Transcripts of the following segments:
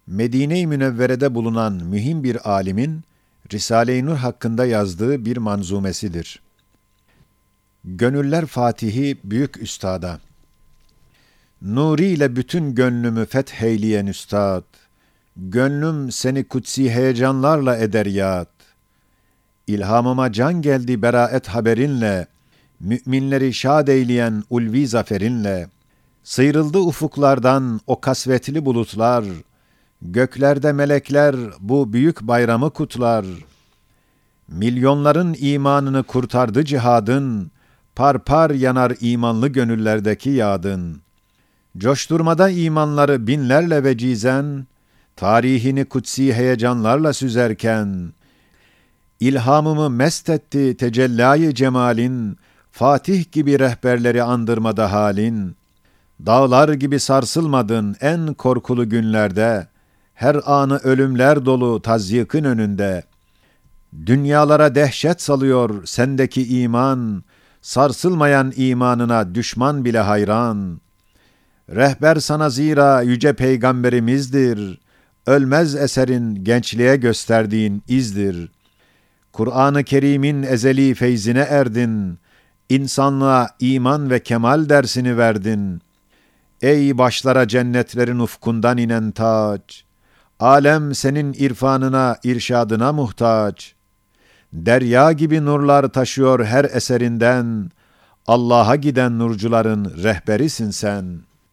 Medine-i Münevvere'de bulunan mühim bir alimin, Risale-i Nur hakkında yazdığı bir manzumesidir. Gönüller Fatihi Büyük Üstada. Nuri ile bütün gönlümü fetheyleyen üstad, gönlüm seni kutsi heyecanlarla eder yad. İlhamıma can geldi beraet haberinle, müminleri şad eyleyen ulvi zaferinle. Sıyrıldı ufuklardan o kasvetli bulutlar, göklerde melekler bu büyük bayramı kutlar. Milyonların imanını kurtardı cihadın, par par yanar imanlı gönüllerdeki yadın. Coşturmada imanları binlerle vecizen, tarihini kutsi heyecanlarla süzerken, ilhamımı mest etti tecellâ-i cemalin, Fatih gibi rehberleri andırmada halin. Dağlar gibi sarsılmadın en korkulu günlerde, her anı ölümler dolu tazyikın önünde. Dünyalara dehşet salıyor sendeki iman, sarsılmayan imanına düşman bile hayran. Rehber sana zira yüce peygamberimizdir, ölmez eserin gençliğe gösterdiğin izdir. Kur'an-ı Kerim'in ezeli feyzine erdin, insanlığa iman ve kemal dersini verdin. Ey başlara cennetlerin ufkundan inen taç, alem senin irfanına, irşadına muhtaç. Derya gibi nurlar taşıyor her eserinden, Allah'a giden nurcuların rehberisin sen.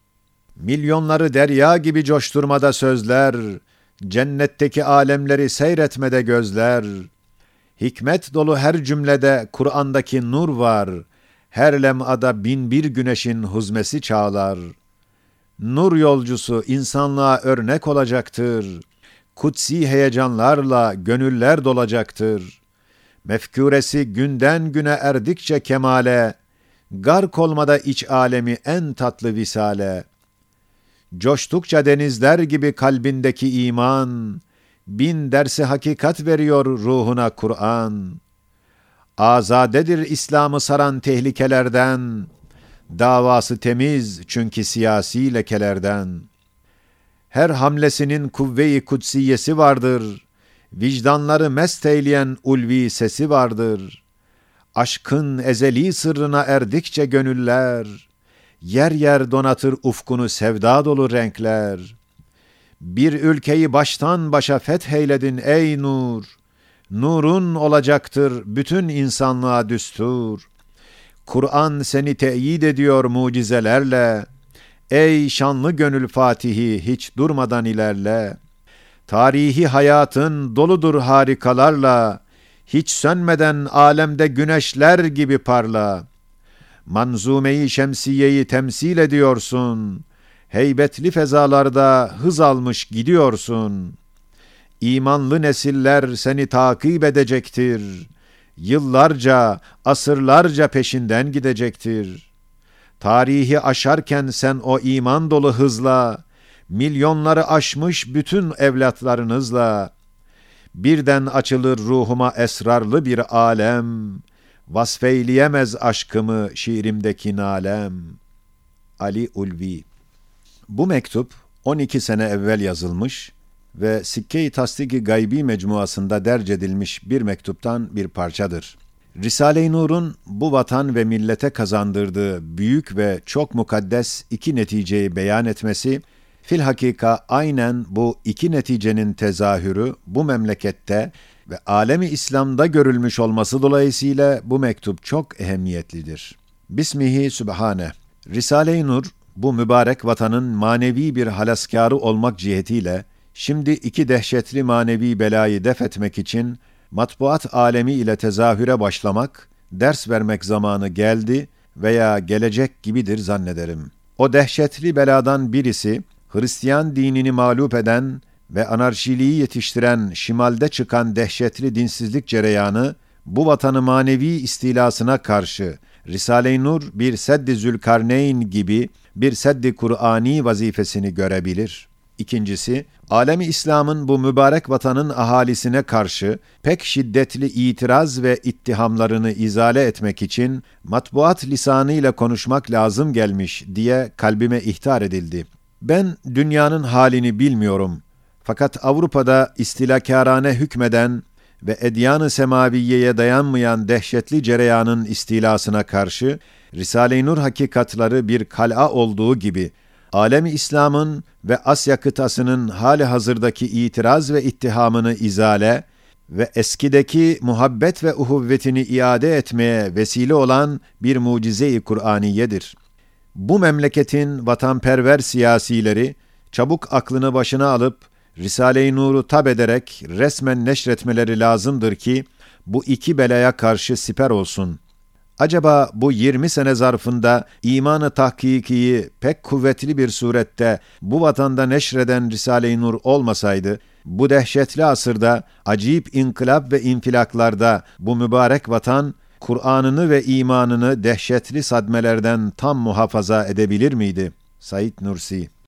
Milyonları derya gibi coşturmada sözler, cennetteki alemleri seyretmede gözler. Hikmet dolu her cümlede Kur'an'daki nur var, her lem'ada bin bir güneşin huzmesi çağlar. Nur yolcusu insanlığa örnek olacaktır, kutsi heyecanlarla gönüller dolacaktır. Mefkûresi günden güne erdikçe kemale, gark olmada iç alemi en tatlı visale. Coştukça denizler gibi kalbindeki iman, bin dersi hakikat veriyor ruhuna Kur'an. Azadedir İslam'ı saran tehlikelerden, davası temiz çünkü siyasi lekelerden. Her hamlesinin kuvve-i kudsiyesi vardır, vicdanları mest eyleyen ulvi sesi vardır. Aşkın ezeli sırrına erdikçe gönüller, yer yer donatır ufkunu sevda dolu renkler. Bir ülkeyi baştan başa fetheyledin ey nur, nurun olacaktır bütün insanlığa düstur. Kur'an seni teyit ediyor mucizelerle, ey şanlı gönül Fatihi hiç durmadan ilerle. Tarihi hayatın doludur harikalarla, hiç sönmeden alemde güneşler gibi parla. Manzume-i şemsiyeyi temsil ediyorsun, heybetli fezalarda hız almış gidiyorsun. İmanlı nesiller seni takip edecektir, yıllarca, asırlarca peşinden gidecektir. Tarihi aşarken sen o iman dolu hızla, milyonları aşmış bütün evlatlarınızla, birden açılır ruhuma esrarlı bir alem, vasfeyleyemez aşkımı şiirimdeki nalem. Ali Ulvi. Bu mektup 12 sene evvel yazılmış ve Sikke-i Tasdik-i Gaybi mecmuasında derc edilmiş bir mektuptan bir parçadır. Risale-i Nur'un bu vatan ve millete kazandırdığı büyük ve çok mukaddes iki neticeyi beyan etmesi, filhakika aynen bu iki neticenin tezahürü bu memlekette ve alemi İslam'da görülmüş olması dolayısıyla bu mektup çok ehemmiyetlidir. Bismihi Sübhane. Risale-i Nur, bu mübarek vatanın manevi bir halaskârı olmak cihetiyle, şimdi iki dehşetli manevi belayı def etmek için, matbuat alemi ile tezahüre başlamak, ders vermek zamanı geldi veya gelecek gibidir zannederim. O dehşetli beladan birisi, Hristiyan dinini mağlup eden ve anarşiliği yetiştiren şimalde çıkan dehşetli dinsizlik cereyanı, bu vatanı manevi istilasına karşı, Risale-i Nur bir Sedd-i Zülkarneyn gibi bir Sedd-i Kur'ani vazifesini görebilir. İkincisi, alemi İslam'ın bu mübarek vatanın ahalisine karşı pek şiddetli itiraz ve ittihamlarını izale etmek için matbuat lisanıyla konuşmak lazım gelmiş diye kalbime ihtar edildi. Ben dünyanın halini bilmiyorum. Fakat Avrupa'da istilakârane hükmeden ve edyan-ı semaviyeye dayanmayan dehşetli cereyanın istilasına karşı, Risale-i Nur hakikatları bir kal'a olduğu gibi, alem-i İslam'ın ve Asya kıtasının hali hazırdaki itiraz ve ittihamını izale ve eskideki muhabbet ve uhuvvetini iade etmeye vesile olan bir mucize-i Kur'aniyedir. Bu memleketin vatanperver siyasileri, çabuk aklını başına alıp, Risale-i Nur'u tab ederek resmen neşretmeleri lazımdır ki, bu iki belaya karşı siper olsun. Acaba bu 20 sene zarfında iman-ı tahkikiyi pek kuvvetli bir surette bu vatanda neşreden Risale-i Nur olmasaydı, bu dehşetli asırda acayip inkılap ve infilaklarda bu mübarek vatan, Kur'an'ını ve imanını dehşetli sadmelerden tam muhafaza edebilir miydi? Said Nursi.